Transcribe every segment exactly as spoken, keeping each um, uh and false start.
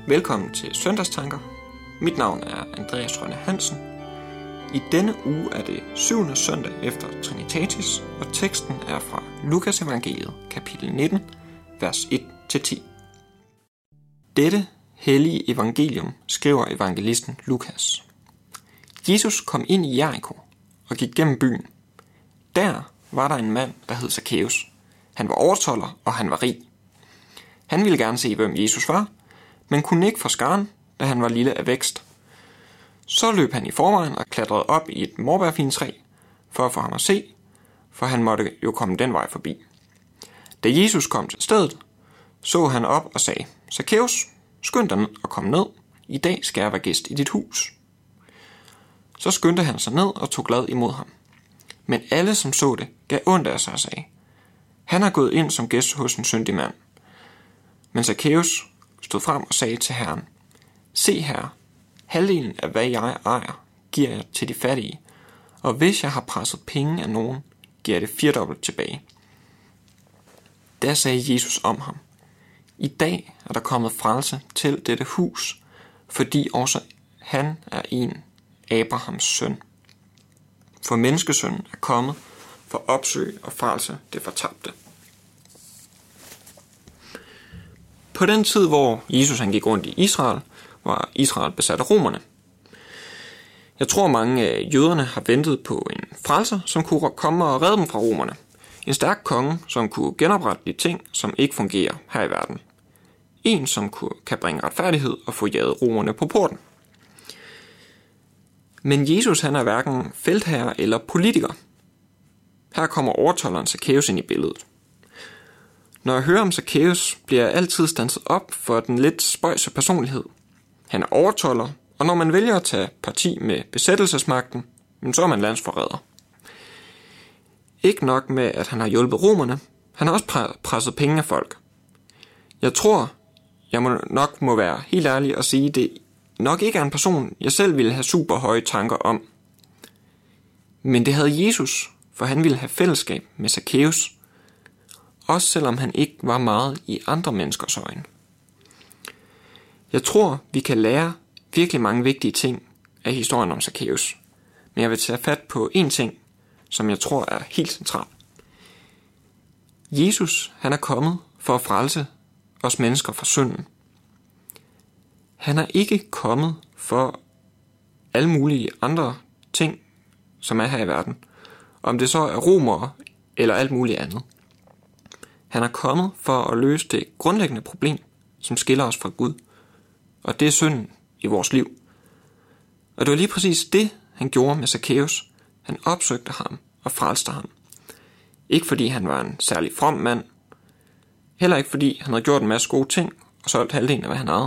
Velkommen til Søndagstanker. Mit navn er Andreas Rønne Hansen. I denne uge er det syvende søndag efter Trinitatis, og teksten er fra Lukas evangeliet, kapitel nitten, vers et til ti. Dette hellige evangelium skriver evangelisten Lukas. Jesus kom ind i Jericho og gik gennem byen. Der var der en mand, der hed Zakæus. Han var overtolder, og han var rig. Han ville gerne se, hvem Jesus var, men kunne ikke få skaren, da han var lille af vækst. Så løb han i forvejen og klatrede op i et morbærfintræ for at få ham at se, for han måtte jo komme den vej forbi. Da Jesus kom til stedet, så han op og sagde, Zakæus, skynd dig ned og kom ned. I dag skal jeg være gæst i dit hus. Så skyndte han sig ned og tog glad imod ham. Men alle, som så det, gav ondt af sig og sagde, han er gået ind som gæst hos en syndig mand. Men Zakæus stod frem og sagde til Herren, se herre, halvdelen af hvad jeg ejer, giver jeg til de fattige, og hvis jeg har presset penge af nogen, giver jeg det firedobbelt tilbage. Da sagde Jesus om ham, i dag er der kommet frelse til dette hus, fordi også han er en Abrahams søn. For menneskesønnen er kommet for at opsøge og frelse det fortabte. På den tid, hvor Jesus han gik rundt i Israel, var Israel besat af romerne. Jeg tror, mange af jøderne har ventet på en frelser, som kunne komme og redde dem fra romerne. En stærk konge, som kunne genoprette de ting, som ikke fungerer her i verden. En, som kunne, kan bringe retfærdighed og få jaget romerne på porten. Men Jesus han er hverken feltherre eller politiker. Her kommer overtolderen Zakæus ind i billedet. Når jeg hører om Zakæus, bliver jeg altid standset op for den lidt spøjse personlighed. Han er overtolder, og når man vælger at tage parti med besættelsesmagten, så er man landsforræder. Ikke nok med, at han har hjulpet romerne, han har også presset penge af folk. Jeg tror, jeg må nok må være helt ærlig og sige, det nok ikke er en person, jeg selv ville have super høje tanker om. Men det havde Jesus, for han ville have fællesskab med Zakæus, også selvom han ikke var meget i andre menneskers øjne. Jeg tror, vi kan lære virkelig mange vigtige ting af historien om Zakæus, men jeg vil tage fat på en ting, som jeg tror er helt central. Jesus, han er kommet for at frelse os mennesker fra synden. Han er ikke kommet for alle mulige andre ting, som er her i verden, om det så er romere eller alt muligt andet. Han er kommet for at løse det grundlæggende problem, som skiller os fra Gud, og det er synden i vores liv. Og det var lige præcis det, han gjorde med Zakæus. Han opsøgte ham og frelste ham. Ikke fordi han var en særlig from mand, heller ikke fordi han havde gjort en masse gode ting og solgt halvdelen af hvad han ejede,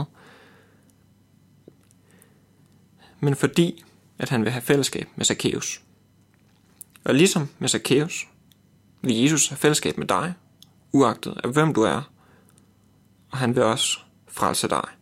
men fordi at han vil have fællesskab med Zakæus. Og ligesom med Zakæus, vil Jesus have fællesskab med dig, uagtet af hvem du er, og han vil også frelse dig.